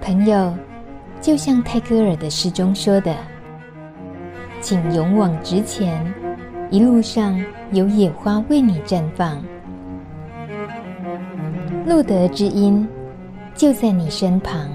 朋友，就像泰戈尔的诗中说的，请勇往直前，一路上有野花为你绽放。路德之音就在你身旁。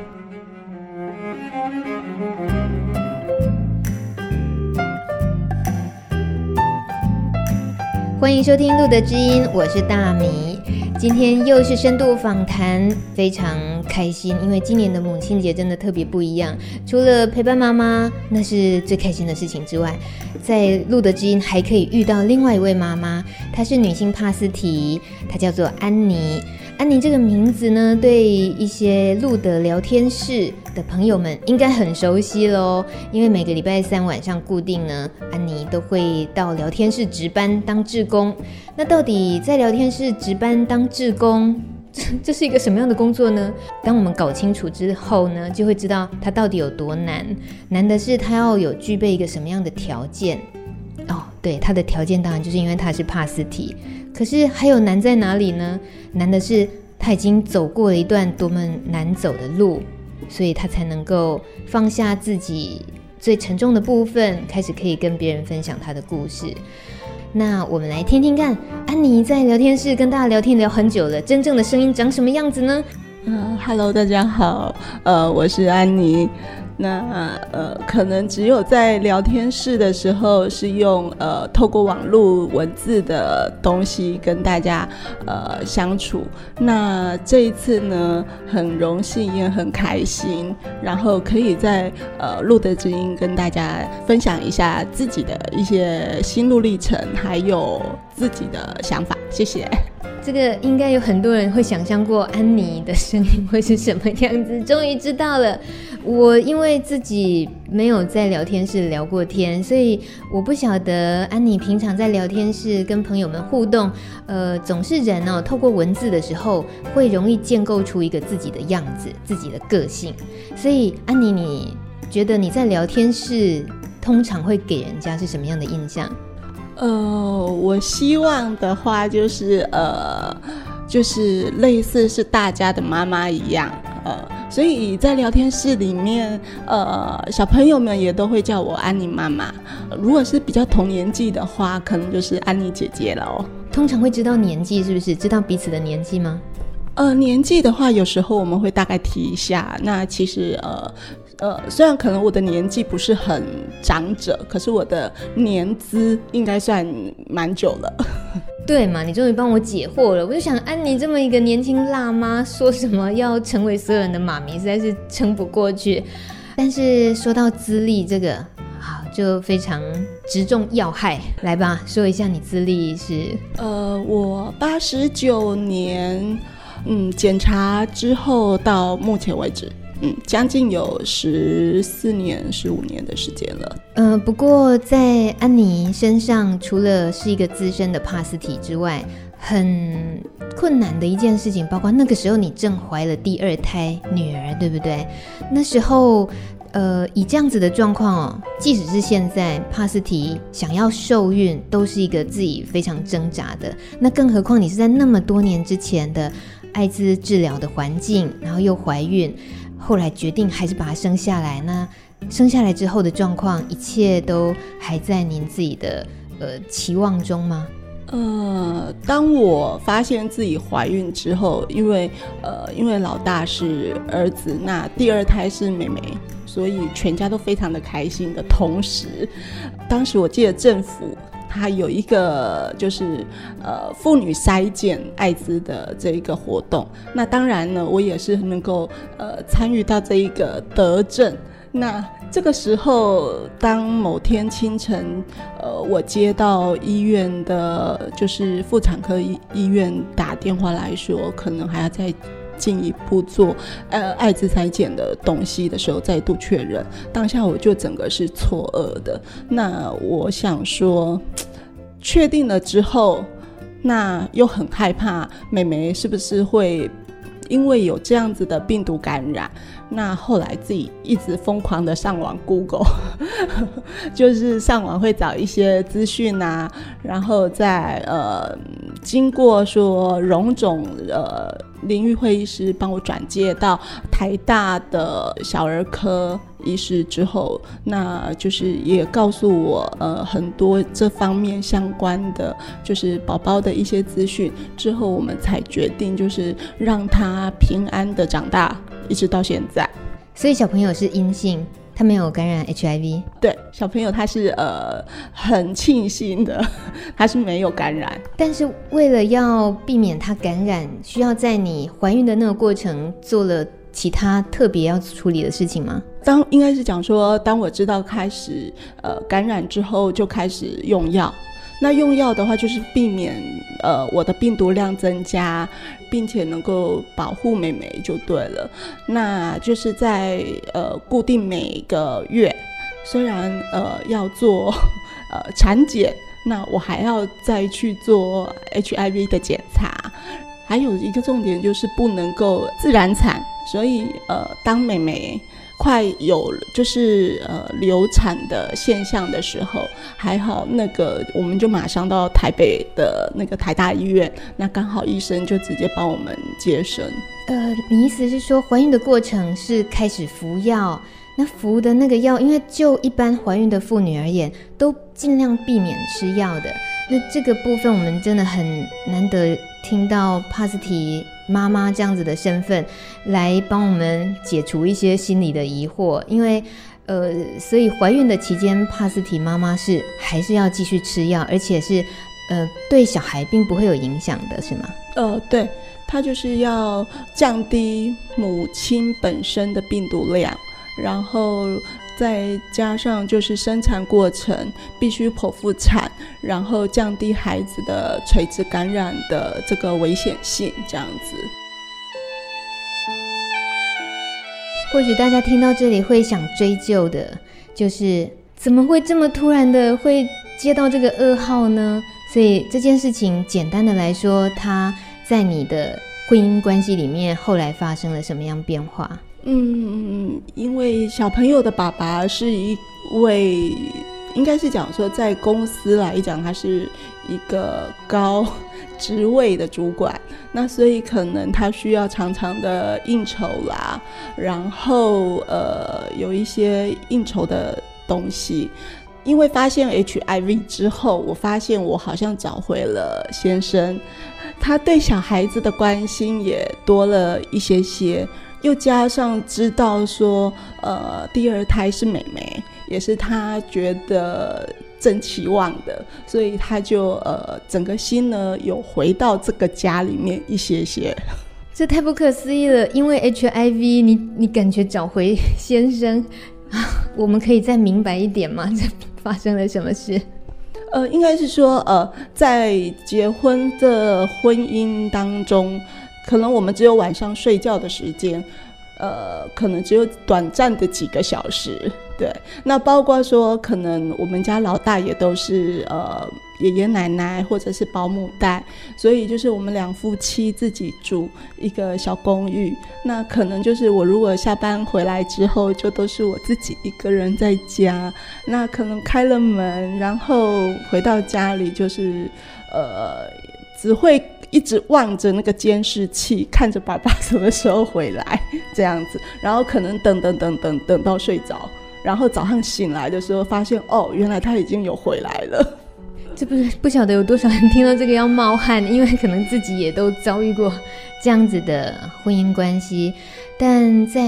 欢迎收听路德之音，我是大米。今天又是深度访谈，非常开心，因为今年的母亲节真的特别不一样。除了陪伴妈妈，那是最开心的事情之外，在路德之音还可以遇到另外一位妈妈，她是女性帕斯提，她叫做安妮。安妮这个名字呢，对一些路德聊天室的朋友们应该很熟悉咯，因为每个礼拜三晚上固定呢，安妮都会到聊天室值班当志工。那到底在聊天室值班当志工，这是一个什么样的工作呢？当我们搞清楚之后呢，就会知道它到底有多难。难的是它要有具备一个什么样的条件哦，对，它的条件当然就是因为它是帕斯提。可是还有难在哪里呢？难的是他已经走过了一段多么难走的路，所以他才能够放下自己最沉重的部分，开始可以跟别人分享他的故事。那我们来听听看，安妮在聊天室跟大家聊天聊很久了，真正的声音长什么样子呢 ？Hello， 大家好，我是安妮。那可能只有在聊天室的时候是用透过网络文字的东西跟大家相处。那这一次呢，很荣幸也很开心，然后可以在路德之音跟大家分享一下自己的一些心路历程，还有自己的想法。谢谢。 这个应该有很多人会想象过安妮的声音会是什么样子，终于知道了。我因为自己没有在聊天室聊过天，所以我不晓得安妮平常在聊天室跟朋友们互动，总是人哦，透过文字的时候会容易建构出一个自己的样子，自己的个性。所以安妮，你觉得你在聊天室通常会给人家是什么样的印象？ 我希望的话就是类似是大家的妈妈一样，所以在聊天室里面，小朋友们也都会叫我安妮妈妈。如果是比较同年纪的话，可能就是安妮姐姐了哦。 通常会知道年纪，是不是？知道彼此的年纪吗？ 年纪的话，有时候我们会大概提一下。那其实虽然可能我的年纪不是很长者，可是我的年资应该算蛮久了。 对嘛，你终于帮我解惑了。我就想，安妮这么一个年轻辣妈，说什么要成为所有人的妈咪，实在是撑不过去。但是说到资历这个，好，就非常直中要害。来吧，说一下你资历是？ 我89年，检查之后到目前为止。将近有14年、15年的时间了。 不过在安妮身上，除了是一个资深的帕斯提之外，很困难的一件事情，包括那个时候你正怀了第2胎女儿，对不对？那时候，以这样子的状况哦，即使是现在帕斯提想要受孕，都是一个自己非常挣扎的。那更何况你是在那么多年之前的艾滋治疗的环境，然后又怀孕。后来决定还是把它生下来，那生下来之后的状况，一切都还在您自己的期望中吗？ 当我发现自己怀孕之后，因为老大是儿子，那第2胎是妹妹，所以全家都非常的开心的同时，当时我记得政府它有一个就是妇女筛检艾滋的这一个活动，那当然呢，我也是能够参与到这一个得证。那这个时候，当某天清晨，我接到医院的，就是妇产科医院打电话来说，可能还要再进一步做艾滋筛检的东西的时候，再度确认。当下我就整个是错愕的。那我想说，确定了之后，那又很害怕妹妹是不是会因为有这样子的病毒感染，那后来自己一直疯狂的上网 Google 就是上网会找一些资讯啊，然后再经过说荣总林玉慧医师帮我转介到台大的小儿科医师之后，那就是也告诉我很多这方面相关的就是宝宝的一些资讯之后，我们才决定就是让他平安的长大，一直到现在。 所以小朋友是阴性，他没有感染 HIV。 对，小朋友他是很庆幸的，他是没有感染。 但是为了要避免他感染，需要在你怀孕的那个过程做了其他特别要处理的事情吗？ 应该是讲说，当我知道开始感染之后，就开始用药。那用药的话，就是避免我的病毒量增加，并且能够保护妹妹就对了。那就是在固定每个月，虽然要做产检，那我还要再去做 HIV 的检查。还有一个重点就是不能够自然产，所以当妹妹快有就是流产的现象的时候，还好那个我们就马上到台北的那个台大医院，那刚好医生就直接帮我们接生。 你意思是说怀孕的过程是开始服药，那服的那个药，因为就一般怀孕的妇女而言，都尽量避免吃药的。那这个部分我们真的很难得听到帕斯提妈妈这样子的身份来帮我们解除一些心理的疑惑，因为所以怀孕的期间，帕斯提妈妈是还是要继续吃药，而且是对小孩并不会有影响的，是吗？ 对，它就是要降低母亲本身的病毒量，然后再加上就是生产过程必须剖腹产，然后降低孩子的垂直感染的这个危险性，这样子。 或许大家听到这里会想追究的，就是怎么会这么突然的会接到这个噩耗呢？所以这件事情简单的来说，它在你的婚姻关系里面后来发生了什么样变化？ 因为小朋友的爸爸是一位，应该是讲说在公司来讲，他是一个高职位的主管，那所以可能他需要常常的应酬啦，然后有一些应酬的东西。因为发现 HIV 之后，我发现我好像找回了先生，他对小孩子的关心也多了一些，又加上知道说第二胎是妹妹，也是他觉得正期望的，所以他就整个心呢有回到这个家里面一些。 这太不可思议了，因为 HIV 你感觉找回先生我们可以再明白一点吗？这发生了什么事？ 应该是说在结婚的婚姻当中，可能我们只有晚上睡觉的时间，可能只有短暂的几个小时。对，那包括说可能我们家老大也都是爷爷奶奶或者是保姆带，所以就是我们两夫妻自己住一个小公寓，那可能就是我如果下班回来之后，就都是我自己一个人在家，那可能开了门，然后回到家里就是只会一直望着那个监视器，看着爸爸什么时候回来这样子，然后可能等到睡着，然后早上醒来的时候发现原来他已经有回来了。 这不晓得有多少人听到这个要冒汗，因为可能自己也都遭遇过这样子的婚姻关系。但在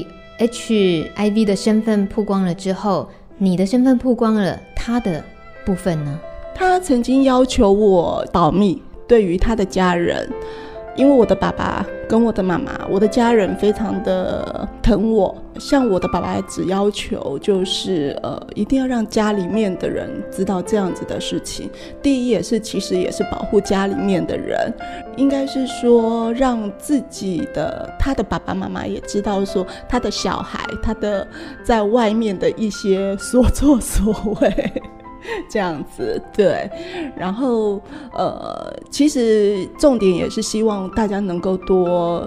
HIV 的身份曝光了之后，你的身份曝光了，他的部分呢？ 他曾经要求我保密，对于他的家人，因为我的爸爸跟我的妈妈，我的家人非常的疼我，像我的爸爸只要求就是一定要让家里面的人知道这样子的事情。第一其实也是保护家里面的人，应该是说让自己的他的爸爸妈妈也知道说他的小孩，他的在外面的一些所作所为。这样子，对，然后其实重点也是希望大家能够多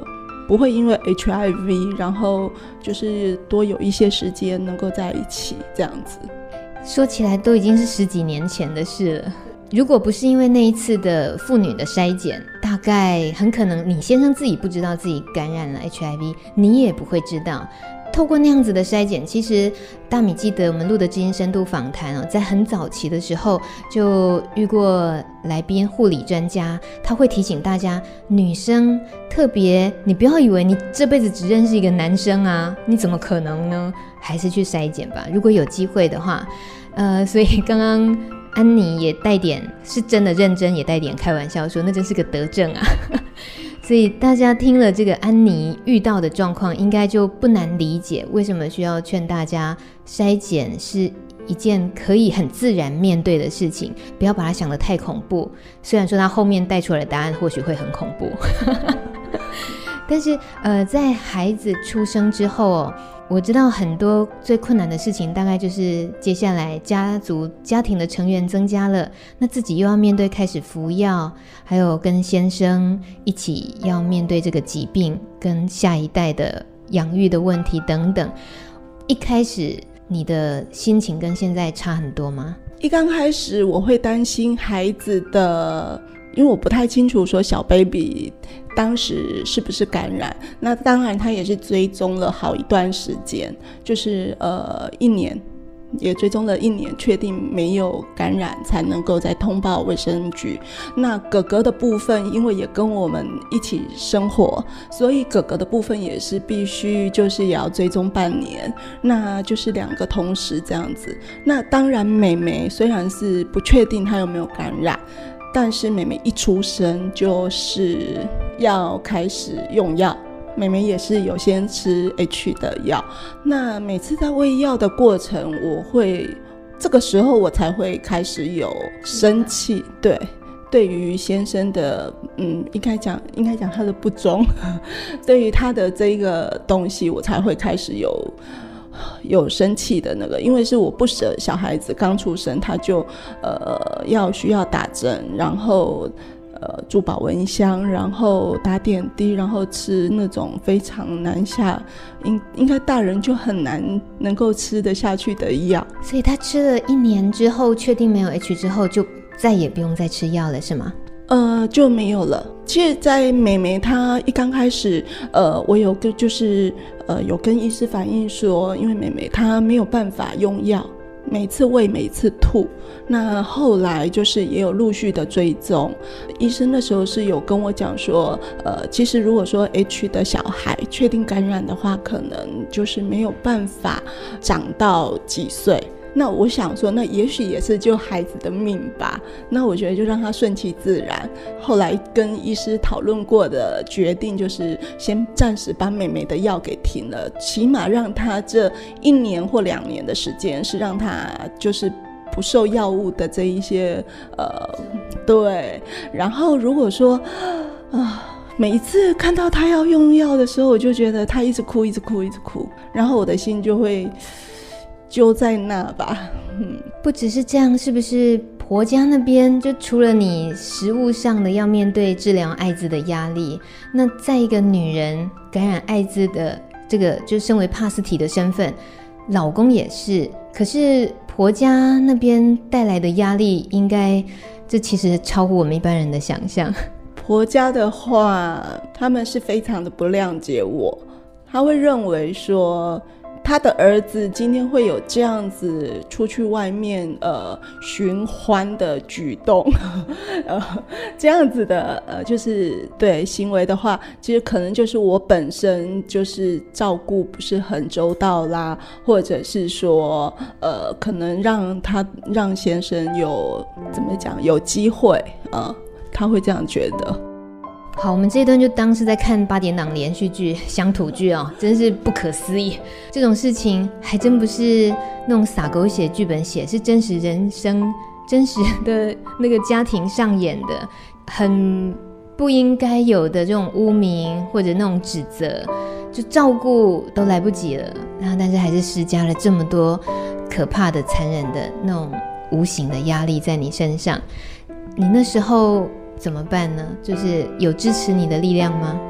不会因为 HIV 然后就是多有一些时间能够在一起这样子。 说起来都已经是10几年前的事了。如果不是因为那一次的妇女的筛检，大概很可能你先生自己不知道自己感染了 HIV， 你也不会知道。透过那样子的筛检，其实大米记得我们录的知音深度访谈在很早期的时候就遇过来宾护理专家，他会提醒大家，女生特别你不要以为你这辈子只认识一个男生啊，你怎么可能呢？还是去筛检吧，如果有机会的话。所以刚刚安妮也带点是真的认真，也带点开玩笑说那真是个德政啊。所以大家听了这个安妮遇到的状况，应该就不难理解为什么需要劝大家筛检是一件可以很自然面对的事情，不要把它想得太恐怖。虽然说它后面带出来的答案或许会很恐怖。但是在孩子出生之后我知道很多最困难的事情大概就是接下来家庭的成员增加了，那自己又要面对开始服药，还有跟先生一起要面对这个疾病跟下一代的养育的问题等等。一开始你的心情跟现在差很多吗？ 一刚开始我会担心孩子的，因为我不太清楚说小 baby 当时是不是感染，那当然他也是追踪了好一段时间，就是1年，也追踪了1年，确定没有感染才能够再通报卫生局。那哥哥的部分因为也跟我们一起生活，所以哥哥的部分也是必须就是也要追踪半年，那就是2个同时这样子。那当然妹妹虽然是不确定她有没有感染，但是妹妹一出生就是要开始用药，妹妹也是有先吃 H 的药。那每次在喂药的过程，这个时候我才会开始有生气，对于先生的应该讲他的不忠，对于他的这个东西我才会开始有生气的那个，因为是我不舍小孩子刚出生他就需要打针，然后住保温箱，然后打点滴，然后吃那种非常难下应该大人就很难能够吃得下去的药。 所以他吃了1年之后确定没有 H 之后就再也不用再吃药了是吗？ 就没有了。其实在妹妹她一刚开始我有跟医师反映说，因为妹妹她没有办法用药，每次喂每次吐，那后来就是也有陆续的追踪。医生那时候是有跟我讲说其实如果说 H 的小孩确定感染的话，可能就是没有办法长到几岁。那我想说那也许也是就孩子的命吧，那我觉得就让他顺其自然。后来跟医师讨论过的决定就是先暂时把妹妹的药给停了，起码让他这1年或2年的时间是让他就是不受药物的这一些对。然后如果说每一次看到他要用药的时候，我就觉得他一直哭，然后我的心就会就在那吧。 不只是这样，是不是婆家那边就除了你食物上的要面对治疗艾滋的压力，那在一个女人感染艾滋的这个就身为帕斯体的身份，老公也是，可是婆家那边带来的压力应该这其实超乎我们一般人的想象。 婆家的话他们是非常的不谅解我，他会认为说他的儿子今天会有这样子出去外面寻欢的举动这样子的就是对行为的话，其实可能就是我本身就是照顾不是很周到啦，或者是说可能让先生有怎么讲有机会他会这样觉得。 好，我们这一段就当是在看8点档连续剧乡土剧真是不可思议，这种事情还真不是那种撒狗血剧本写，是真实人生真实的那个家庭上演的，很不应该有的这种污名或者那种指责，就照顾都来不及了，但是还是施加了这么多可怕的残忍的那种无形的压力在你身上。你那时候怎么办呢？就是有支持你的力量吗？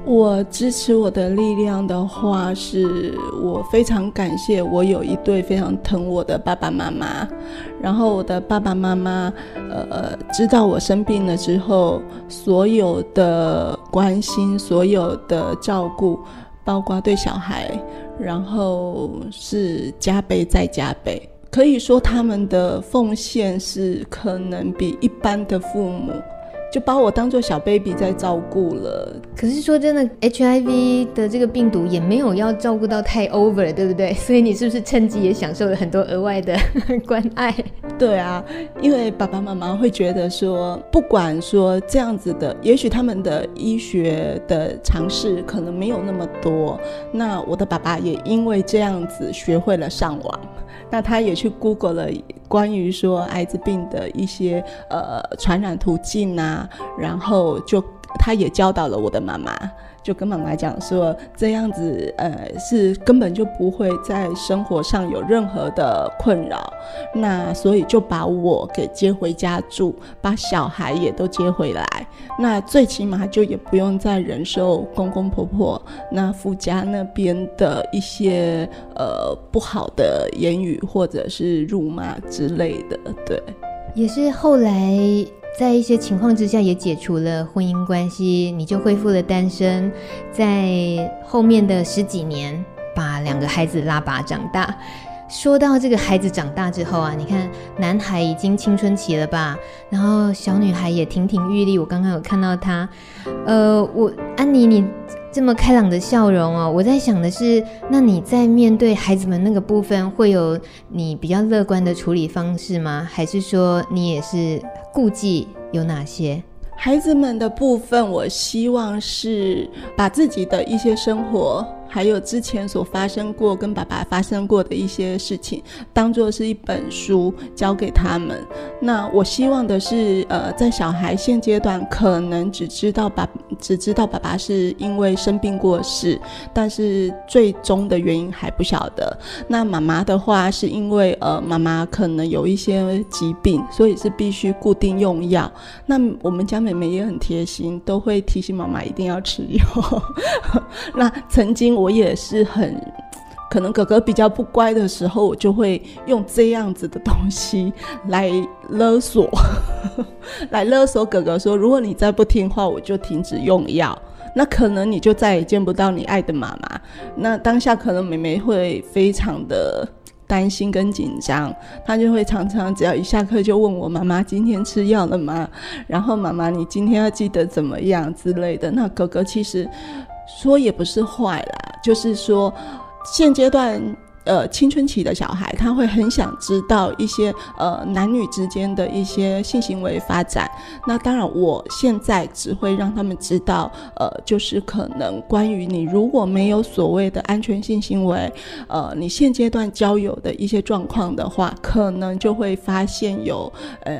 我支持我的力量的话，是我非常感谢我有一对非常疼我的爸爸妈妈，然后我的爸爸妈妈知道我生病了之后，所有的关心，所有的照顾，包括对小孩，然后是加倍再加倍，可以说他们的奉献是可能比一般的父母就把我当作小 baby 在照顾了。 可是说真的 HIV 的这个病毒也没有要照顾到太 over， 对不对？所以你是不是趁机也享受了很多额外的关爱？ 对啊，因为爸爸妈妈会觉得说，不管说这样子的，也许他们的医学的尝试可能没有那么多，那我的爸爸也因为这样子学会了上网，那他也去 Google 了关于说艾滋病的一些传染途径啊，然后他也教导了我的妈妈，就跟妈妈讲说这样子是根本就不会在生活上有任何的困扰，那所以就把我给接回家住，把小孩也都接回来，那最起码就也不用再忍受公公婆婆那夫家那边的一些不好的言语或者是辱骂之类的。对， 也是后来在一些情况之下也解除了婚姻关系，你就恢复了单身，在后面的10几年把2个孩子拉拔长大。说到这个孩子长大之后啊，你看男孩已经青春期了吧，然后小女孩也亭亭玉立，我刚刚有看到她安妮你这么开朗的笑容哦，我在想的是，那你在面对孩子们那个部分会有你比较乐观的处理方式吗？还是说你也是顾忌有哪些？ 孩子们的部分，我希望是把自己的一些生活还有之前所发生过跟爸爸发生过的一些事情当作是一本书交给他们。那我希望的是在小孩现阶段可能只知道爸爸是因为生病过世，但是最终的原因还不晓得。那妈妈的话是因为妈妈可能有一些疾病，所以是必须固定用药。那我们家妹妹也很贴心，都会提醒妈妈一定要吃药那曾经我也是可能哥哥比较不乖的时候，我就会用这样子的东西来勒索来勒索哥哥说，如果你再不听话，我就停止用药，那可能你就再也见不到你爱的妈妈。那当下可能妹妹会非常的担心跟紧张，她就会常常只要一下课就问我，妈妈今天吃药了吗？然后妈妈你今天要记得怎么样之类的。那哥哥其实说也不是坏啦，就是说现阶段青春期的小孩他会很想知道一些男女之间的一些性行为发展。那当然我现在只会让他们知道就是可能关于你如果没有所谓的安全性行为你现阶段交友的一些状况的话，可能就会发现有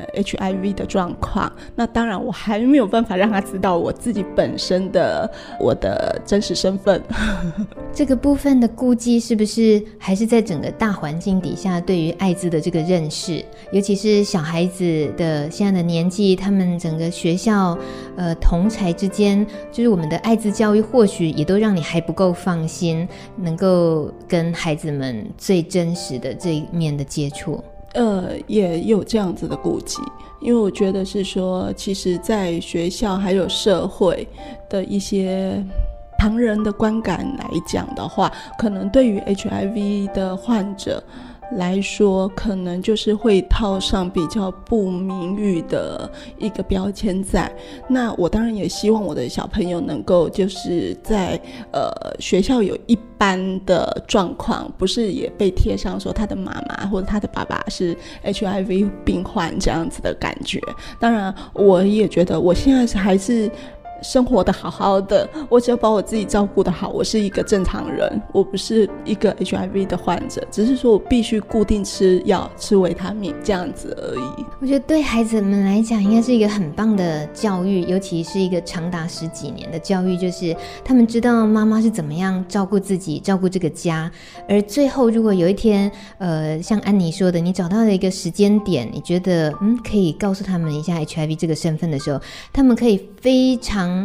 HIV 的状况。那当然我还没有办法让他知道我自己本身的我的真实身份这个部分的顾忌是不是还是在整个大环境底下对于艾滋的这个认识，尤其是小孩子的现在的年纪，他们整个学校同侪之间，就是我们的艾滋教育或许也都让你还不够放心能够跟孩子们最真实的这一面的接触。 也有这样子的顾忌，因为我觉得是说其实在学校还有社会的一些旁人的观感来讲的话，可能对于 HIV 的患者来说，可能就是会套上比较不名誉的一个标签在。那我当然也希望我的小朋友能够就是在学校有一般的状况，不是也被贴上说他的妈妈或者他的爸爸是 HIV 病患这样子的感觉。当然我也觉得我现在还是生活的好好的，我只要把我自己照顾得好，我是一个正常人，我不是一个 HIV 的患者，只是说我必须固定吃药，吃维他命这样子而已。 我觉得对孩子们来讲应该是一个很棒的教育，尤其是一个长达10几年的教育，就是他们知道妈妈是怎么样照顾自己，照顾这个家。而最后如果有一天像安妮说的，你找到了一个时间点，你觉得可以告诉他们一下 HIV 这个身份的时候，他们可以非常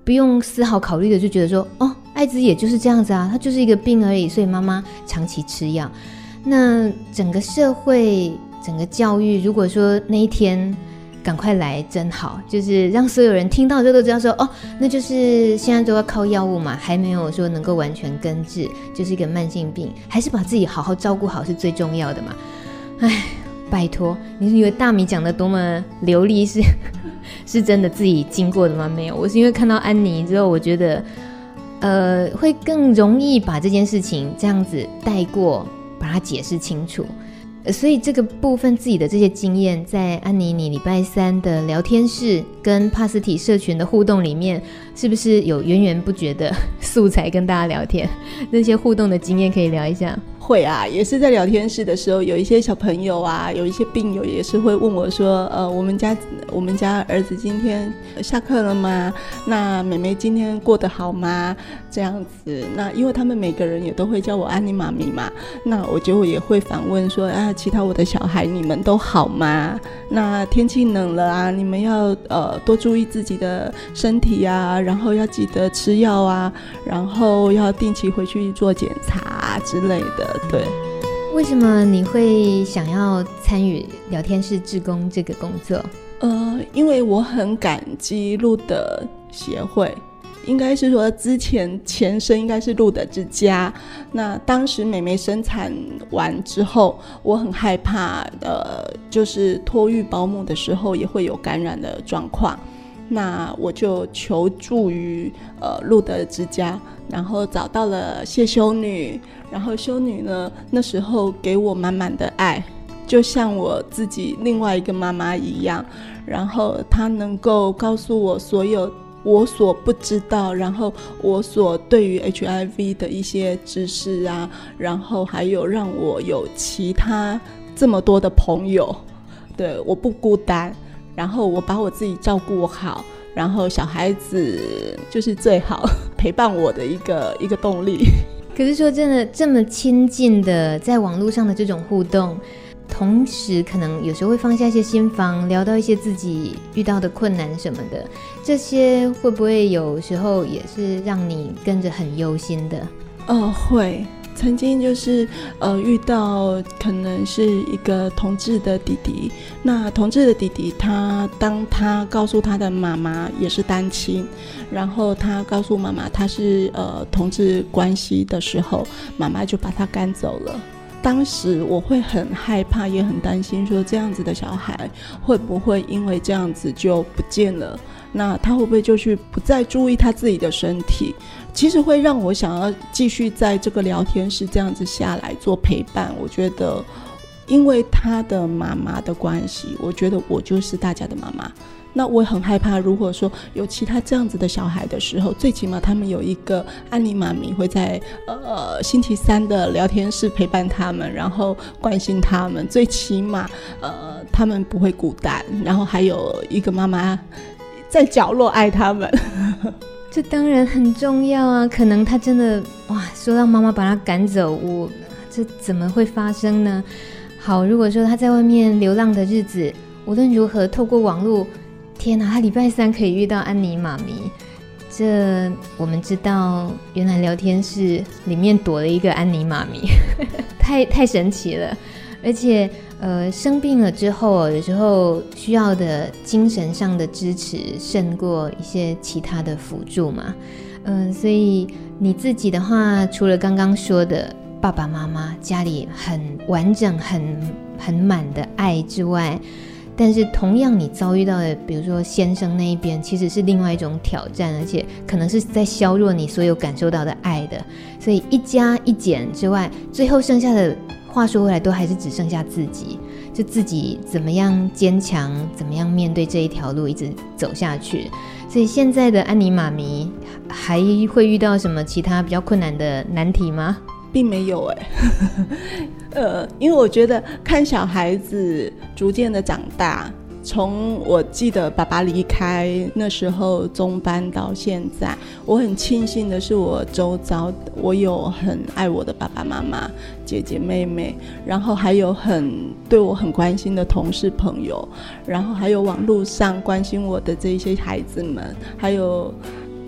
不用丝毫考虑的就觉得说，哦，艾滋也就是这样子啊，它就是一个病而已，所以妈妈长期吃药。那整个社会整个教育，如果说那一天赶快来真好，就是让所有人听到之后都知道说，哦，那就是现在都要靠药物嘛，还没有说能够完全根治，就是一个慢性病，还是把自己好好照顾好是最重要的嘛。哎，拜托，你以为大米讲的多么流利是真的自己经过的吗？没有，我是因为看到安妮之后，我觉得会更容易把这件事情这样子带过，把它解释清楚。所以这个部分自己的这些经验，在安妮你礼拜三的聊天室跟帕斯提社群的互动里面，是不是有源源不绝的素材跟大家聊天？那些互动的经验可以聊一下。 会啊，也是在聊天室的时候，有一些小朋友啊，有一些病友也是会问我说，我们家儿子今天下课了吗？那妹妹今天过得好吗？这样子，那因为他们每个人也都会叫我安妮妈咪嘛，那我就也会反问说，啊，其他我的小孩你们都好吗？那天气冷了啊，你们要多注意自己的身体啊，然后要记得吃药啊，然后要定期回去做检查之类的。对， 为什么你会想要参与聊天室志工这个工作？ 因为我很感激路德协会，应该是说前身应该是路德之家。那当时妹妹生产完之后，我很害怕，就是托育保姆的时候也会有感染的状况。那我就求助于路德之家，然后找到了谢修女，然后修女呢那时候给我满满的爱，就像我自己另外一个妈妈一样，然后她能够告诉我所有我所不知道，然后我所对于 HIV 的一些知识啊，然后还有让我有其他这么多的朋友，对，我不孤单，然后我把我自己照顾好，然后小孩子就是最好陪伴我的一个动力。 可是说真的，这么亲近的在网络上的这种互动，同时可能有时候会放下一些心防，聊到一些自己遇到的困难什么的，这些会不会有时候也是让你跟着很忧心的？ 会。曾经就是遇到可能是一个同志的弟弟，那同志的弟弟当他告诉他的妈妈也是单亲，然后他告诉妈妈他是同志关系的时候，妈妈就把他赶走了。当时我会很害怕，也很担心说这样子的小孩会不会因为这样子就不见了，那他会不会就去不再注意他自己的身体，其实会让我想要继续在这个聊天室这样子下来做陪伴。我觉得因为他的妈妈的关系，我觉得我就是大家的妈妈，那我很害怕如果说有其他这样子的小孩的时候，最起码他们有一个安妮妈咪会在星期三的聊天室陪伴他们，然后关心他们，最起码他们不会孤单，然后还有一个妈妈在角落爱他们。 这当然很重要啊，可能他真的说让妈妈把他赶走，这怎么会发生呢？好，如果说他在外面流浪的日子，无论如何透过网络，天哪，他礼拜三可以遇到安妮妈咪，这我们知道原来聊天室里面躲了一个安妮妈咪太神奇了。而且生病了之后，有时候需要的精神上的支持胜过一些其他的辅助嘛。所以你自己的话，除了刚刚说的爸爸妈妈家里很完整很满的爱之外，但是同样你遭遇到的比如说先生那一边其实是另外一种挑战，而且可能是在削弱你所有感受到的爱的。所以一加一减之外，最后剩下的话说回来都还是只剩下自己，就自己怎么样坚强，怎么样面对这一条路一直走下去。所以现在的安妮妈咪还会遇到什么其他比较困难的难题吗？ 并没有因为我觉得看小孩子逐渐的长大，从我记得爸爸离开那时候中班到现在，我很庆幸的是我周遭我有很爱我的爸爸妈妈姐姐妹妹，然后还有对我很关心的同事朋友，然后还有网络上关心我的这些孩子们，还有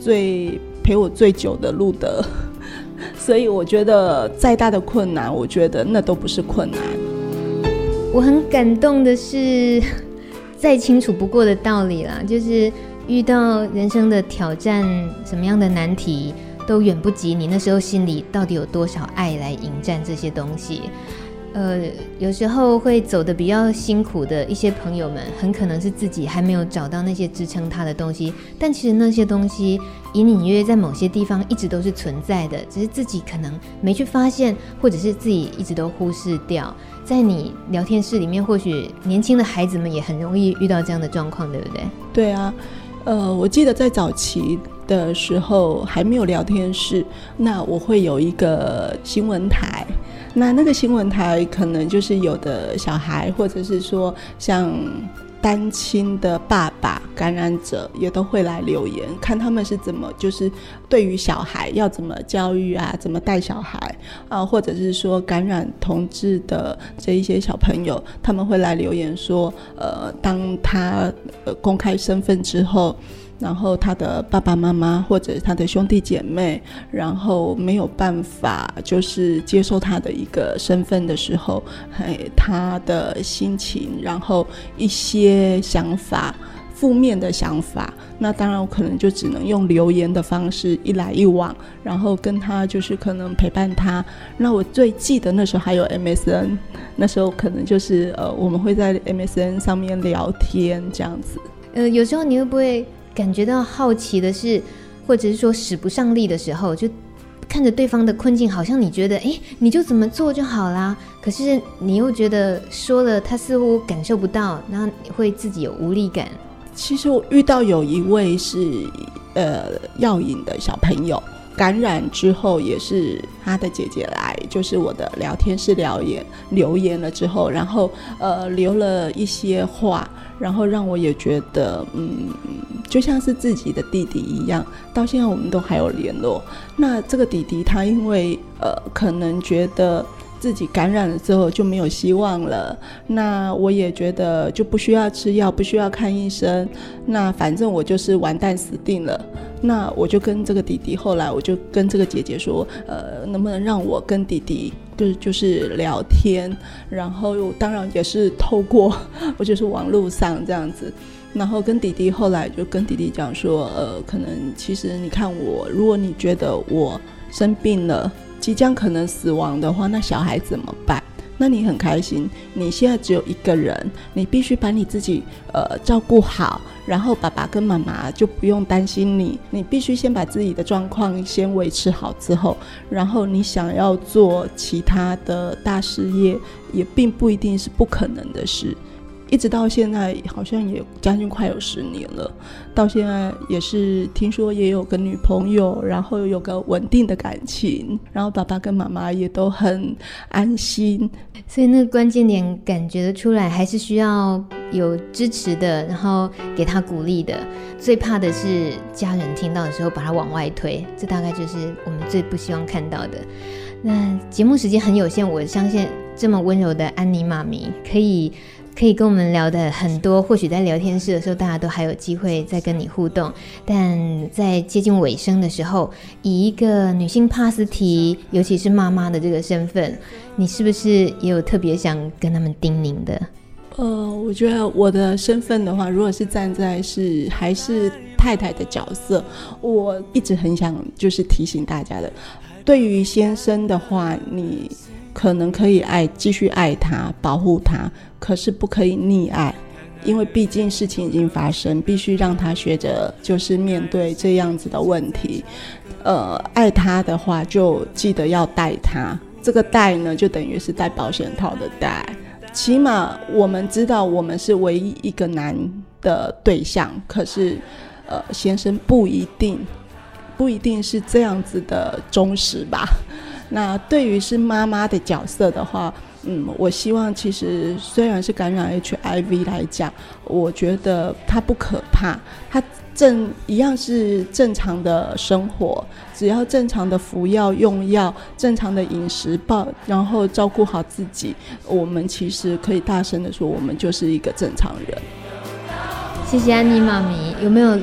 陪我最久的路德，所以我觉得再大的困难，我觉得那都不是困难。 我很感动的是，再清楚不过的道理啦，就是遇到人生的挑战，什么样的难题都远不及你那时候心里到底有多少爱来迎战这些东西。有时候会走得比较辛苦的一些朋友们，很可能是自己还没有找到那些支撑他的东西，但其实那些东西隐隐约约在某些地方一直都是存在的，只是自己可能没去发现，或者是自己一直都忽视掉。在你聊天室里面，或许年轻的孩子们也很容易遇到这样的状况，对不对？ 对啊，我记得在早期的时候还没有聊天室，那我会有一个新闻台，那个新闻台可能就是有的小孩，或者是说像单亲的爸爸感染者也都会来留言，看他们是怎么就是对于小孩要怎么教育啊，怎么带小孩啊，或者是说感染同志的这一些小朋友，他们会来留言说当他公开身份之后，然后他的爸爸妈妈或者他的兄弟姐妹，然后没有办法就是接受他的一个身份的时候，他的心情，然后一些想法，负面的想法，那当然我可能就只能用留言的方式一来一往，然后跟他就是可能陪伴他。那我最记得那时候还有 MSN， 那时候可能就是我们会在 MSN 上面聊天这样子。 有时候你会不会感觉到好奇的是，或者是说使不上力的时候，就看着对方的困境，好像你觉得你就怎么做就好啦，可是你又觉得说了他似乎感受不到，然后会自己有无力感。 其实我遇到有一位是药瘾的小朋友，感染之后也是他的姐姐来，就是我的聊天室留言了之后，然后留了一些话，然后让我也觉得就像是自己的弟弟一样，到现在我们都还有联络。那这个弟弟他因为可能觉得自己感染了之后就没有希望了，那我也觉得就不需要吃药，不需要看医生，那反正我就是完蛋死定了。那我就跟这个弟弟，后来我就跟这个姐姐说能不能让我跟弟弟就是聊天，然后当然也是透过我就是网络上这样子，然后跟弟弟后来就跟弟弟讲说可能其实你看我，如果你觉得我生病了即将可能死亡的话，那小孩怎么办？那你很开心，你现在只有一个人，你必须把你自己照顾好，然后爸爸跟妈妈就不用担心你，你必须先把自己的状况先维持好之后，然后你想要做其他的大事业也并不一定是不可能的事。一直到现在好像也将近快有10年了，到现在也是听说也有个女朋友，然后有个稳定的感情，然后爸爸跟妈妈也都很安心。 所以那个关键点感觉得出来，还是需要有支持的，然后给他鼓励的。最怕的是家人听到的时候把他往外推，这大概就是我们最不希望看到的。那节目时间很有限，我相信这么温柔的安妮妈咪可以跟我们聊的很多，或许在聊天室的时候大家都还有机会再跟你互动，但在接近尾声的时候，以一个女性帕斯提，尤其是妈妈的这个身份，你是不是也有特别想跟他们叮咛的？ 我觉得我的身份的话，如果是站在还是太太的角色，我一直很想就是提醒大家的，对于先生的话，你可能可以继续爱他，保护他，可是不可以溺爱，因为毕竟事情已经发生，必须让他学着就是面对这样子的问题。爱他的话就记得要带他，这个带呢就等于是带保险套的带，起码我们知道我们是唯一一个男的对象，可是先生不一定是这样子的忠实吧。那对于是妈妈的角色的话，我希望其实虽然是感染 HIV 来讲，我觉得它不可怕，它一样是正常的生活，只要正常的服药用药，正常的饮食然后照顾好自己，我们其实可以大声的说，我们就是一个正常人。 谢谢安妮妈咪，有没有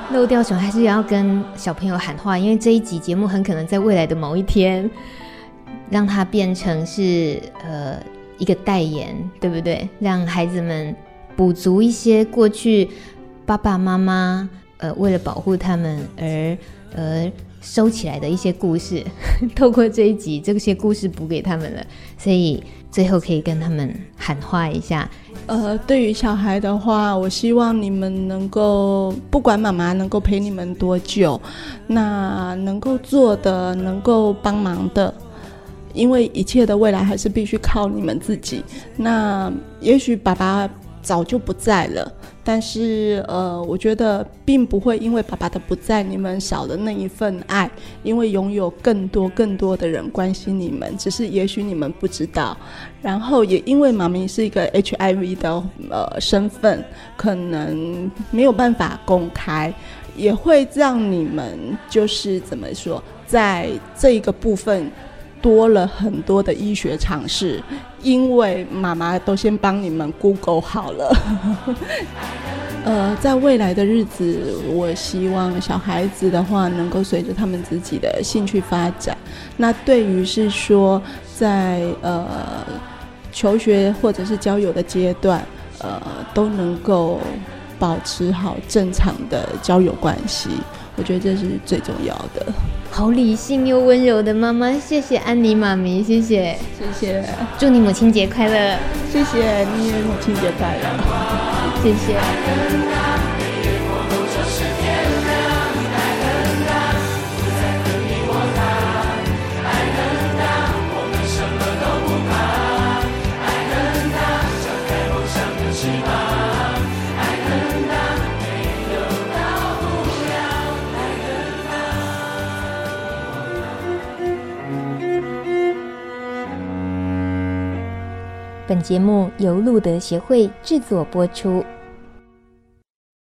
漏掉什么还是要跟小朋友喊话，因为这一集节目很可能在未来的某一天让它变成是一个代言，对不对？让孩子们补足一些过去爸爸妈妈为了保护他们而收起来的一些故事透过这一集这些故事补给他们了，所以最后可以跟他们喊话一下。 对于小孩的话，我希望你们能够，不管妈妈能够陪你们多久，那能够做的，能够帮忙的，因为一切的未来还是必须靠你们自己。那也许爸爸早就不在了，但是我觉得并不会因为爸爸的不在你们少了那一份爱，因为拥有更多的人关心你们，只是也许你们不知道。然后也因为妈咪是一个 HIV 的身份，可能没有办法公开，也会让你们就是怎么说，在这一个部分多了很多的医学常识，因为妈妈都先帮你们 Google 好了在未来的日子，我希望小孩子的话能够随着他们自己的兴趣发展。那对于是说在求学或者是交友的阶段都能够保持好正常的交友关系，我觉得这是最重要的。 好理性又温柔的妈妈，谢谢安妮妈咪，谢谢， 谢谢， 祝你母亲节快乐， 谢谢，你也母亲节快乐， 谢谢。本节目由路德协会制作播出。